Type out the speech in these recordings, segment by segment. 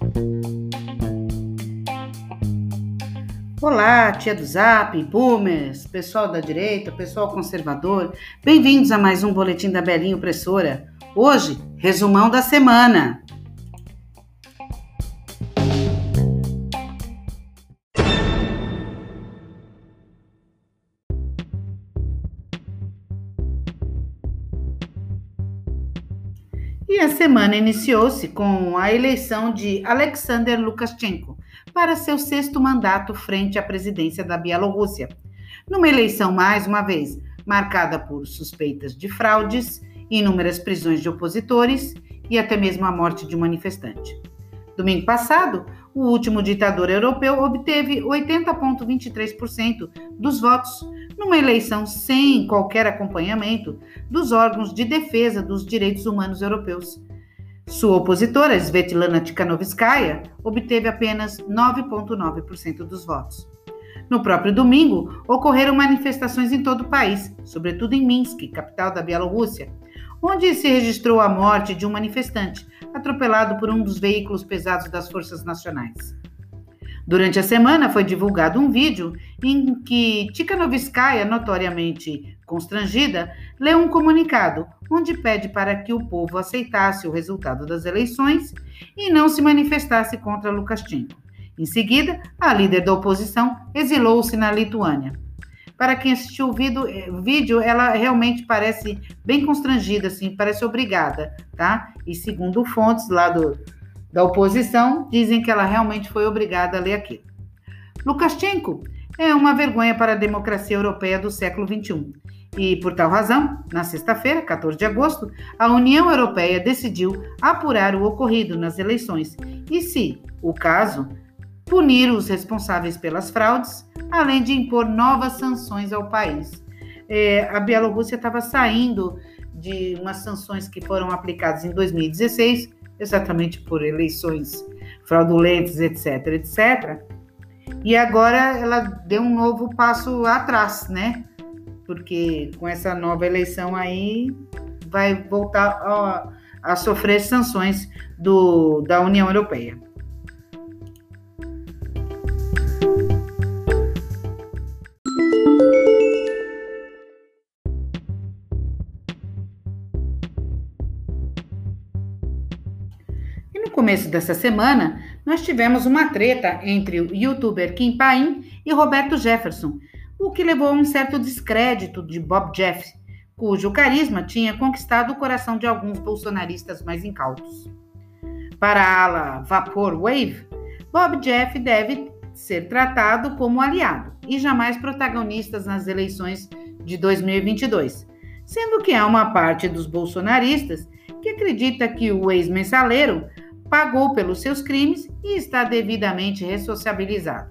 Olá, tia do Zap, boomers, pessoal da direita, pessoal conservador, bem-vindos a mais um Boletim da Belinha Opressora. Hoje, resumão da semana. E a semana iniciou-se com a eleição de Alexander Lukashenko para seu 6º mandato frente à presidência da Bielorrússia, numa eleição, mais uma vez, marcada por suspeitas de fraudes, inúmeras prisões de opositores e até mesmo a morte de um manifestante. Domingo passado, o último ditador europeu obteve 80,23% dos votos, numa eleição sem qualquer acompanhamento dos órgãos de defesa dos direitos humanos europeus. Sua opositora, Svetlana Tikhanovskaya, obteve apenas 9,9% dos votos. No próprio domingo, ocorreram manifestações em todo o país, sobretudo em Minsk, capital da Bielorrússia, onde se registrou a morte de um manifestante, atropelado por um dos veículos pesados das forças nacionais. Durante a semana foi divulgado um vídeo em que Tikhanovskaya, notoriamente constrangida, leu um comunicado onde pede para que o povo aceitasse o resultado das eleições e não se manifestasse contra Lukashenko. Em seguida, a líder da oposição exilou-se na Lituânia. Para quem assistiu o vídeo, ela realmente parece bem constrangida, assim, parece obrigada, tá? E segundo fontes lá da oposição, dizem que ela realmente foi obrigada a ler aquilo. Lukashenko é uma vergonha para a democracia europeia do século XXI. E, por tal razão, na sexta-feira, 14 de agosto, a União Europeia decidiu apurar o ocorrido nas eleições e, se o caso, punir os responsáveis pelas fraudes, além de impor novas sanções ao país. A Bielorrússia estava saindo de umas sanções que foram aplicadas em 2016, exatamente por eleições fraudulentas, etc., etc. E agora ela deu um novo passo atrás, né? Porque com essa nova eleição aí vai voltar a sofrer sanções da União Europeia. E no começo dessa semana, nós tivemos uma treta entre o youtuber Kim Paim e Roberto Jefferson, o que levou a um certo descrédito de Bob Jeff, cujo carisma tinha conquistado o coração de alguns bolsonaristas mais incautos. Para a ala Vaporwave, Bob Jeff deve ser tratado como aliado e jamais protagonista nas eleições de 2022, sendo que há uma parte dos bolsonaristas que acredita que o ex-mensaleiro pagou pelos seus crimes e está devidamente ressociabilizado.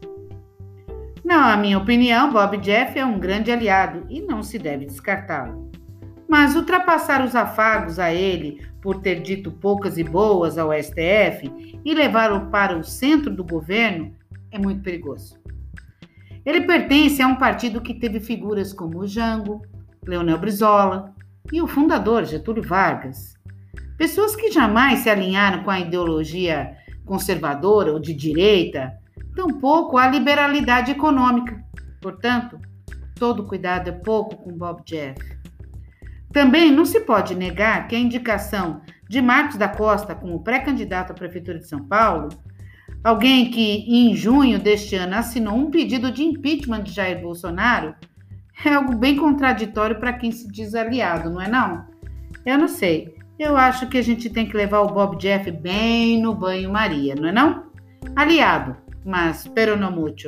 Na minha opinião, Bob Jeff é um grande aliado e não se deve descartá-lo. Mas ultrapassar os afagos a ele por ter dito poucas e boas ao STF e levá-lo para o centro do governo é muito perigoso. Ele pertence a um partido que teve figuras como o Jango, Leonel Brizola e o fundador Getúlio Vargas. Pessoas que jamais se alinharam com a ideologia conservadora ou de direita, tampouco a liberalidade econômica. Portanto, todo cuidado é pouco com Bob Jeff. Também não se pode negar que a indicação de Marcos da Costa como pré-candidato à Prefeitura de São Paulo, alguém que em junho deste ano assinou um pedido de impeachment de Jair Bolsonaro, é algo bem contraditório para quem se diz aliado, não é não? Eu não sei. Eu acho que a gente tem que levar o Bob Jeff bem no banho-maria, não é não? Aliado, mas pero no mucho.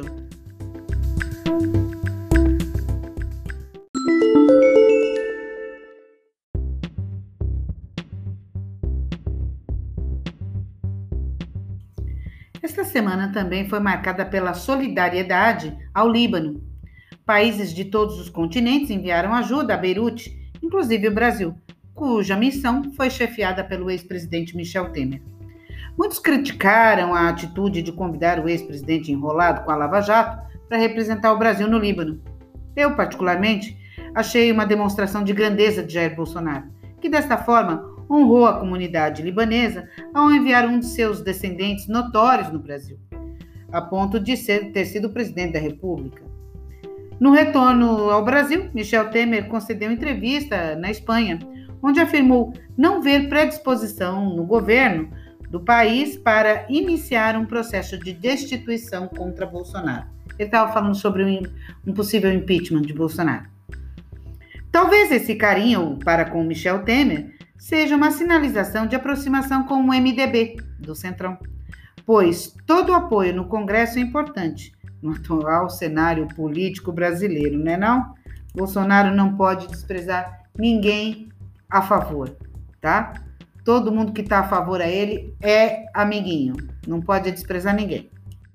Esta semana também foi marcada pela solidariedade ao Líbano. Países de todos os continentes enviaram ajuda a Beirute, inclusive o Brasil, cuja missão foi chefiada pelo ex-presidente Michel Temer. Muitos criticaram a atitude de convidar o ex-presidente enrolado com a Lava Jato para representar o Brasil no Líbano. Eu, particularmente, achei uma demonstração de grandeza de Jair Bolsonaro, que desta forma honrou a comunidade libanesa ao enviar um de seus descendentes notórios no Brasil, a ponto de ter sido presidente da República. No retorno ao Brasil, Michel Temer concedeu entrevista na Espanha, onde afirmou não ver predisposição no governo do país para iniciar um processo de destituição contra Bolsonaro. Ele estava falando sobre um possível impeachment de Bolsonaro. Talvez esse carinho para com Michel Temer seja uma sinalização de aproximação com o MDB do Centrão, pois todo o apoio no Congresso é importante no atual cenário político brasileiro, né não? Bolsonaro não pode desprezar ninguém a favor, tá? Todo mundo que está a favor a ele é amiguinho, não pode desprezar ninguém.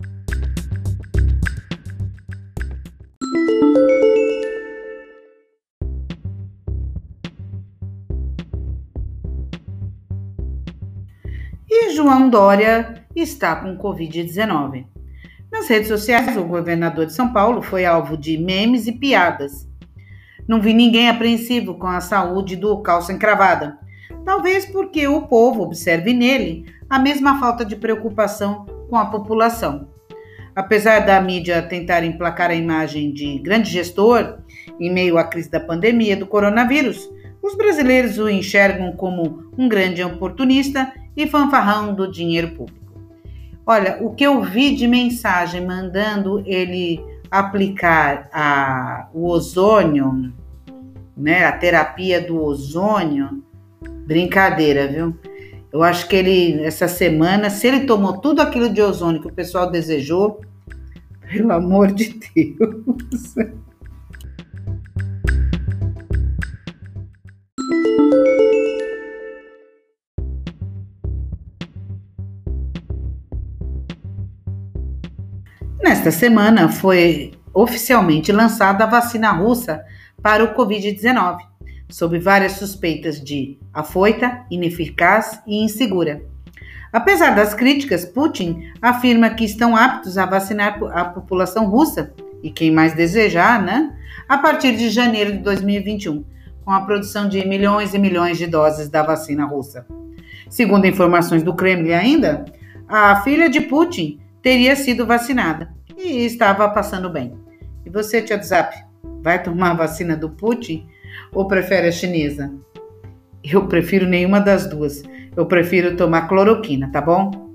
E João Dória está com Covid-19. Nas redes sociais, o governador de São Paulo foi alvo de memes e piadas. Não vi ninguém apreensivo com a saúde do calça encravada. Talvez porque o povo observe nele a mesma falta de preocupação com a população. Apesar da mídia tentar emplacar a imagem de grande gestor em meio à crise da pandemia do coronavírus, os brasileiros o enxergam como um grande oportunista e fanfarrão do dinheiro público. Olha, o que eu vi de mensagem mandando ele aplicar o ozônio, né, a terapia do ozônio, brincadeira, viu? Eu acho que ele, essa semana, se ele tomou tudo aquilo de ozônio que o pessoal desejou, pelo amor de Deus. Nesta semana foi oficialmente lançada a vacina russa para o Covid-19, sob várias suspeitas de afoita, ineficaz e insegura. Apesar das críticas, Putin afirma que estão aptos a vacinar a população russa, e quem mais desejar, né, a partir de janeiro de 2021, com a produção de milhões e milhões de doses da vacina russa. Segundo informações do Kremlin ainda, a filha de Putin teria sido vacinada e estava passando bem. E você, Tia do Zap, vai tomar a vacina do Putin ou prefere a chinesa? Eu prefiro nenhuma das duas. Eu prefiro tomar cloroquina, tá bom?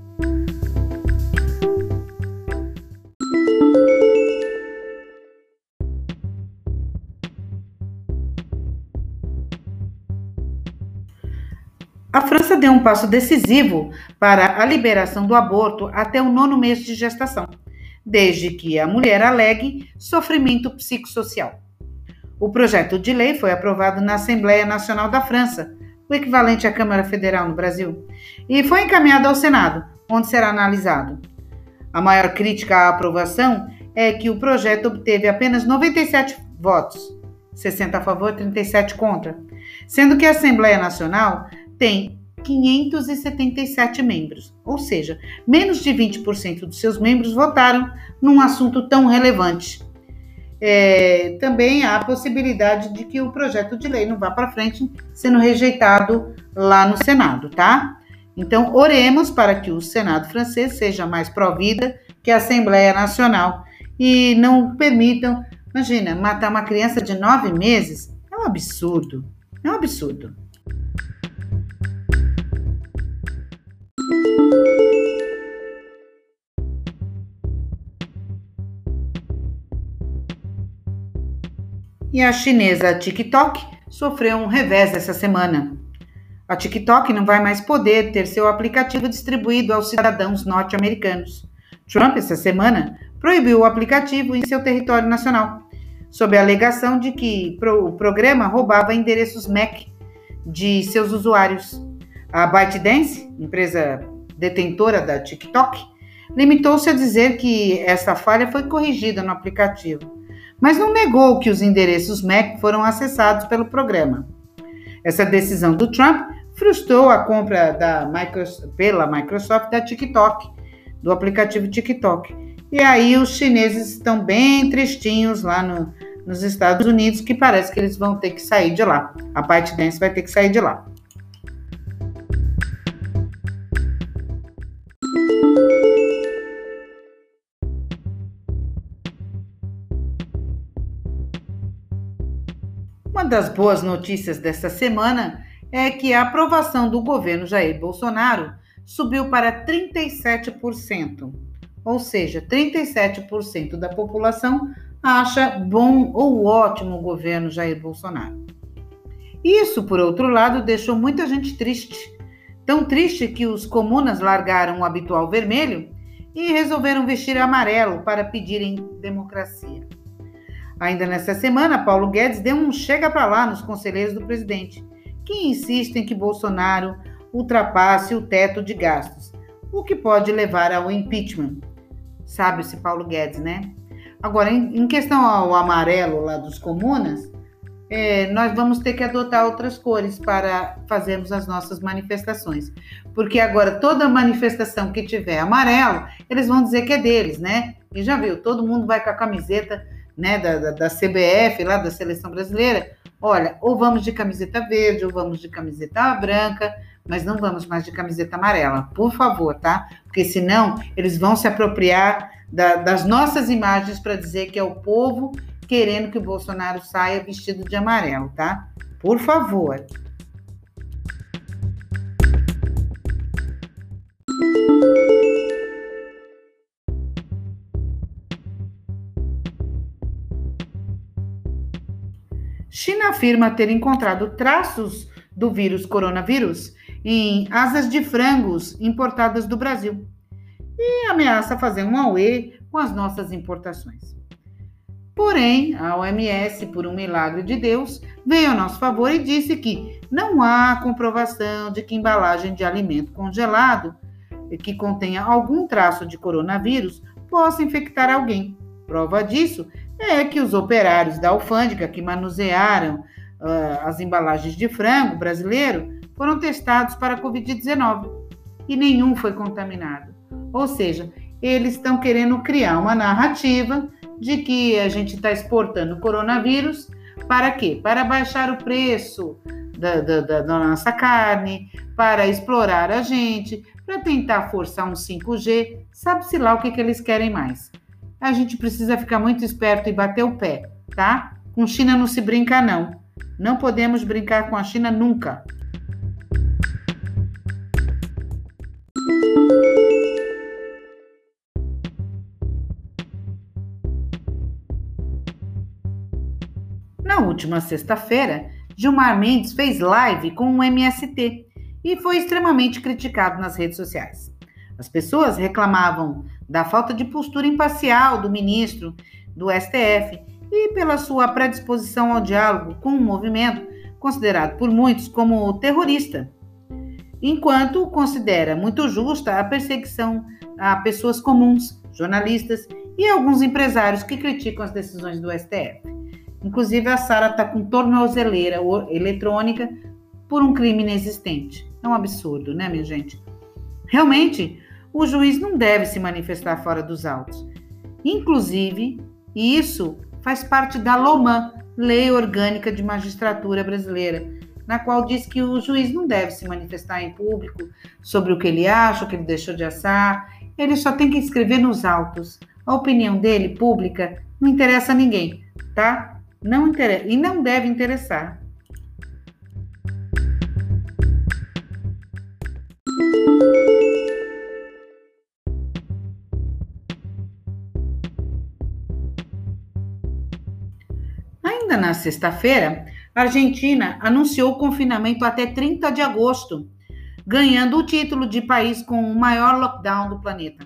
A França deu um passo decisivo para a liberação do aborto até o 9º mês de gestação, desde que a mulher alegue sofrimento psicossocial. O projeto de lei foi aprovado na Assembleia Nacional da França, o equivalente à Câmara Federal no Brasil, e foi encaminhado ao Senado, onde será analisado. A maior crítica à aprovação é que o projeto obteve apenas 97 votos, 60 a favor, 37 contra, sendo que a Assembleia Nacional tem 577 membros, ou seja, menos de 20% dos seus membros votaram num assunto tão relevante. Também há a possibilidade de que o projeto de lei não vá para frente, sendo rejeitado lá no Senado, tá? Então, oremos para que o Senado francês seja mais pró-vida que a Assembleia Nacional e não permitam, imagina, matar uma criança de 9 meses, é um absurdo, é um absurdo. E a chinesa TikTok sofreu um revés essa semana. A TikTok não vai mais poder ter seu aplicativo distribuído aos cidadãos norte-americanos. Trump, essa semana, proibiu o aplicativo em seu território nacional, sob a alegação de que o programa roubava endereços MAC de seus usuários. A ByteDance, empresa detentora da TikTok, limitou-se a dizer que essa falha foi corrigida no aplicativo, mas não negou que os endereços MAC foram acessados pelo programa. Essa decisão do Trump frustrou a compra pela Microsoft da TikTok, do aplicativo TikTok. E aí os chineses estão bem tristinhos lá nos Estados Unidos, que parece que eles vão ter que sair de lá. A ByteDance vai ter que sair de lá. das boas notícias desta semana é que a aprovação do governo Jair Bolsonaro subiu para 37%, ou seja, 37% da população acha bom ou ótimo o governo Jair Bolsonaro. Isso, por outro lado, deixou muita gente triste, tão triste que os comunas largaram o habitual vermelho e resolveram vestir amarelo para pedirem democracia. Ainda nesta semana, Paulo Guedes deu um chega para lá nos conselheiros do presidente, que insistem que Bolsonaro ultrapasse o teto de gastos, o que pode levar ao impeachment. Sabe esse Paulo Guedes, né? Agora, em questão ao amarelo lá dos comunas, nós vamos ter que adotar outras cores para fazermos as nossas manifestações. Porque agora toda manifestação que tiver amarelo, eles vão dizer que é deles, né? E já viu, todo mundo vai com a camiseta, né, da CBF, lá da Seleção Brasileira. Olha, ou vamos de camiseta verde, ou vamos de camiseta branca, mas não vamos mais de camiseta amarela, por favor, tá? Porque senão eles vão se apropriar das nossas imagens para dizer que é o povo querendo que o Bolsonaro saia vestido de amarelo, tá? Por favor. China afirma ter encontrado traços do vírus coronavírus em asas de frangos importadas do Brasil e ameaça fazer um auê com as nossas importações. Porém, a OMS, por um milagre de Deus, veio a nosso favor e disse que não há comprovação de que embalagem de alimento congelado que contenha algum traço de coronavírus possa infectar alguém. Prova disso é que os operários da alfândega que manusearam as embalagens de frango brasileiro foram testados para a Covid-19 e nenhum foi contaminado. Ou seja, eles estão querendo criar uma narrativa de que a gente está exportando coronavírus para quê? Para baixar o preço da nossa carne, para explorar a gente, para tentar forçar um 5G, sabe-se lá o que eles querem mais. A gente precisa ficar muito esperto e bater o pé, tá? Com China não se brinca, não. Não podemos brincar com a China nunca. Na última sexta-feira, Gilmar Mendes fez live com o MST e foi extremamente criticado nas redes sociais. As pessoas reclamavam da falta de postura imparcial do ministro do STF e pela sua predisposição ao diálogo com um movimento considerado por muitos como terrorista, enquanto considera muito justa a perseguição a pessoas comuns, jornalistas e alguns empresários que criticam as decisões do STF. Inclusive, a Sara está com tornozeleira eletrônica por um crime inexistente. É um absurdo, né, minha gente? Realmente, o juiz não deve se manifestar fora dos autos. Inclusive, isso faz parte da LOMAN, Lei Orgânica de Magistratura Brasileira, na qual diz que o juiz não deve se manifestar em público sobre o que ele acha, o que ele deixou de assar. Ele só tem que escrever nos autos. A opinião dele, pública, não interessa a ninguém, tá? Não interessa e não deve interessar. Ainda na sexta-feira, a Argentina anunciou o confinamento até 30 de agosto, ganhando o título de país com o maior lockdown do planeta.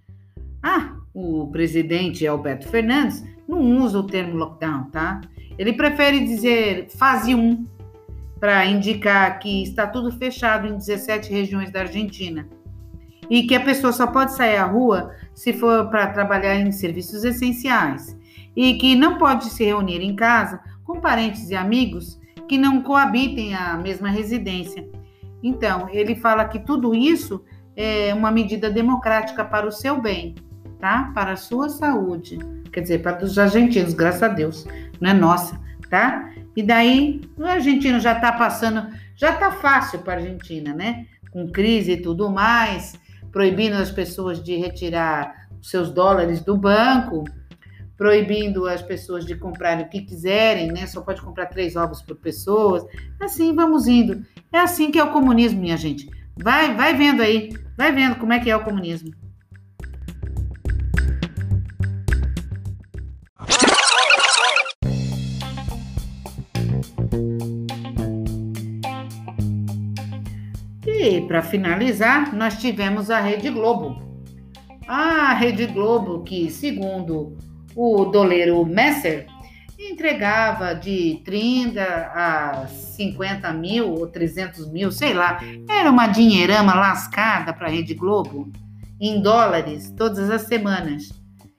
O presidente Alberto Fernandes não usa o termo lockdown, tá? Ele prefere dizer fase 1 para indicar que está tudo fechado em 17 regiões da Argentina e que a pessoa só pode sair à rua se for para trabalhar em serviços essenciais e que não pode se reunir em casa com parentes e amigos que não coabitem a mesma residência. Então, ele fala que tudo isso é uma medida democrática para o seu bem, tá? Para a sua saúde. Quer dizer, para os argentinos, graças a Deus, não é nossa, tá? E daí, o argentino já está passando, já está fácil para a Argentina, né? Com crise e tudo mais, proibindo as pessoas de retirar os seus dólares do banco, proibindo as pessoas de comprarem o que quiserem, né? Só pode comprar 3 ovos por pessoa. Assim, vamos indo. É assim que é o comunismo, minha gente. Vai vendo aí, vai vendo como é que é o comunismo. E, para finalizar, nós tivemos a Rede Globo. A Rede Globo, que, segundo o doleiro Messer, entregava de 30 a 50 mil ou 300 mil, sei lá. Era uma dinheirama lascada para a Rede Globo, em dólares, todas as semanas.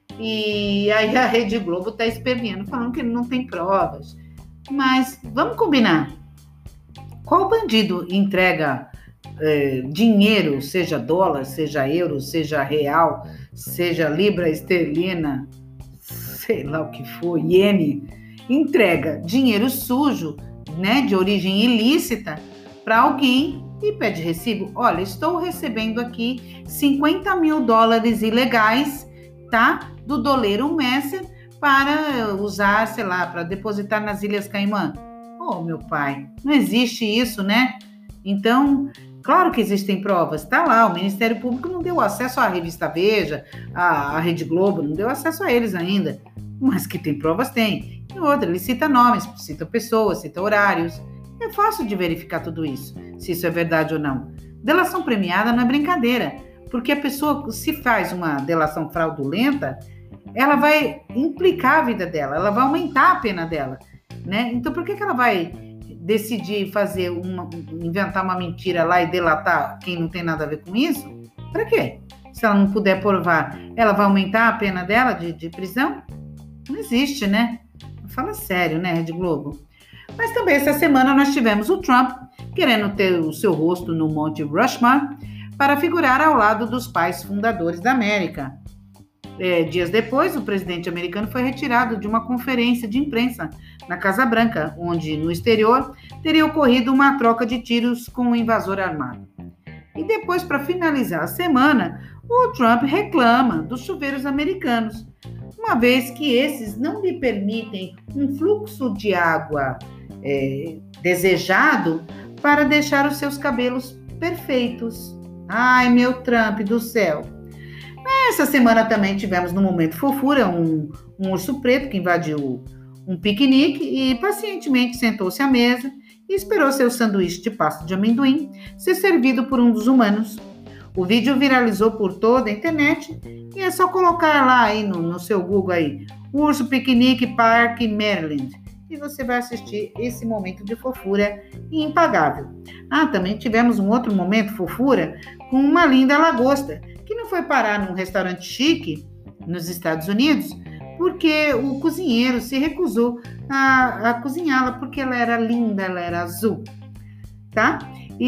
E aí a Rede Globo está esperneando, falando que não tem provas. Mas vamos combinar. Qual bandido entrega dinheiro, seja dólar, seja euro, seja real, seja libra esterlina, sei lá o que for, iene, entrega dinheiro sujo, né, de origem ilícita para alguém e pede recibo? Olha, estou recebendo aqui 50 mil dólares ilegais, tá, do doleiro Messer para usar, sei lá, para depositar nas Ilhas Caimã. Oh, meu pai, não existe isso, né? Então, claro que existem provas, tá lá, o Ministério Público não deu acesso à revista Veja, à Rede Globo, não deu acesso a eles ainda, mas que tem provas, tem. E outra, ele cita nomes, cita pessoas, cita horários, é fácil de verificar tudo isso, se isso é verdade ou não. Delação premiada não é brincadeira, porque a pessoa, se faz uma delação fraudulenta, ela vai implicar a vida dela, ela vai aumentar a pena dela, né? Então, por que ela vai decidir inventar uma mentira lá e delatar quem não tem nada a ver com isso? Para quê? Se ela não puder provar, ela vai aumentar a pena dela de prisão? Não existe, né? Fala sério, né, Rede Globo? Mas também essa semana nós tivemos o Trump querendo ter o seu rosto no Monte Rushmore para figurar ao lado dos pais fundadores da América. Dias depois, o presidente americano foi retirado de uma conferência de imprensa na Casa Branca, onde, no exterior, teria ocorrido uma troca de tiros com um invasor armado. E depois, para finalizar a semana, o Trump reclama dos chuveiros americanos, uma vez que esses não lhe permitem um fluxo de água desejado para deixar os seus cabelos perfeitos. Ai, meu Trump do céu! Essa semana também tivemos no Momento Fofura um urso preto que invadiu um piquenique e pacientemente sentou-se à mesa e esperou seu sanduíche de pasta de amendoim ser servido por um dos humanos. O vídeo viralizou por toda a internet e é só colocar lá aí no seu Google aí, Urso Piquenique Park Maryland, e você vai assistir esse momento de fofura impagável. Também tivemos um outro momento fofura com uma linda lagosta, que não foi parar num restaurante chique nos Estados Unidos, porque o cozinheiro se recusou a cozinhá-la, porque ela era linda, ela era azul, tá?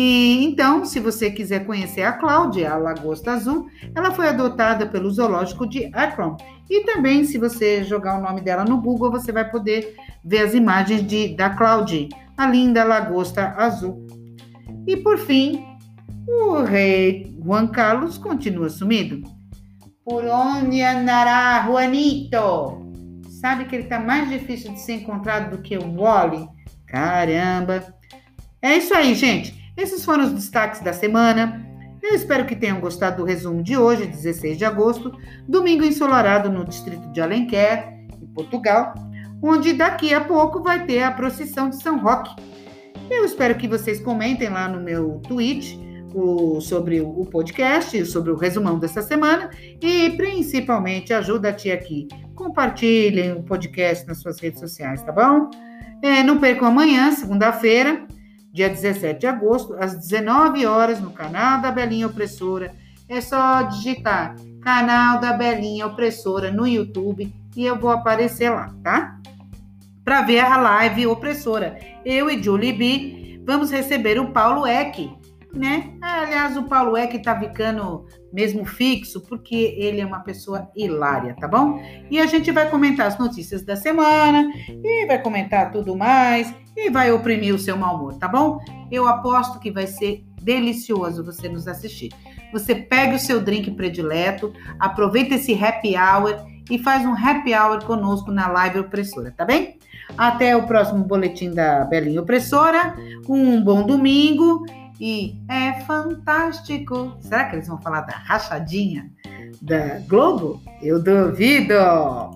E então, se você quiser conhecer a Cláudia, a lagosta azul, ela foi adotada pelo zoológico de Akron. E também, se você jogar o nome dela no Google, você vai poder ver as imagens da Cláudia, a linda lagosta azul. E por fim, o rei Juan Carlos continua sumido. Por onde andará Juanito? Sabe que ele está mais difícil de ser encontrado do que o Wally? Caramba! É isso aí, gente. Esses foram os destaques da semana. Eu espero que tenham gostado do resumo de hoje, 16 de agosto, domingo ensolarado no distrito de Alenquer, em Portugal, onde daqui a pouco vai ter a procissão de São Roque. Eu espero que vocês comentem lá no meu tweet sobre o podcast, sobre o resumão dessa semana e, principalmente, ajuda a tia aqui. Compartilhem o podcast nas suas redes sociais, tá bom? Não percam amanhã, segunda-feira, dia 17 de agosto, às 19 horas, no canal da Belinha Opressora. É só digitar Canal da Belinha Opressora no YouTube e eu vou aparecer lá, tá? Para ver a live opressora. Eu e Julie B vamos receber o Paulo Eck, né? Aliás, o Paulo Eck tá ficando mesmo fixo, porque ele é uma pessoa hilária, tá bom? E a gente vai comentar as notícias da semana, e vai comentar tudo mais, e vai oprimir o seu mau humor, tá bom? Eu aposto que vai ser delicioso você nos assistir. Você pega o seu drink predileto, aproveita esse happy hour e faz um happy hour conosco na live opressora, tá bem? Até o próximo boletim da Belinha Opressora. Um bom domingo e é fantástico. Será que eles vão falar da rachadinha da Globo? Eu duvido!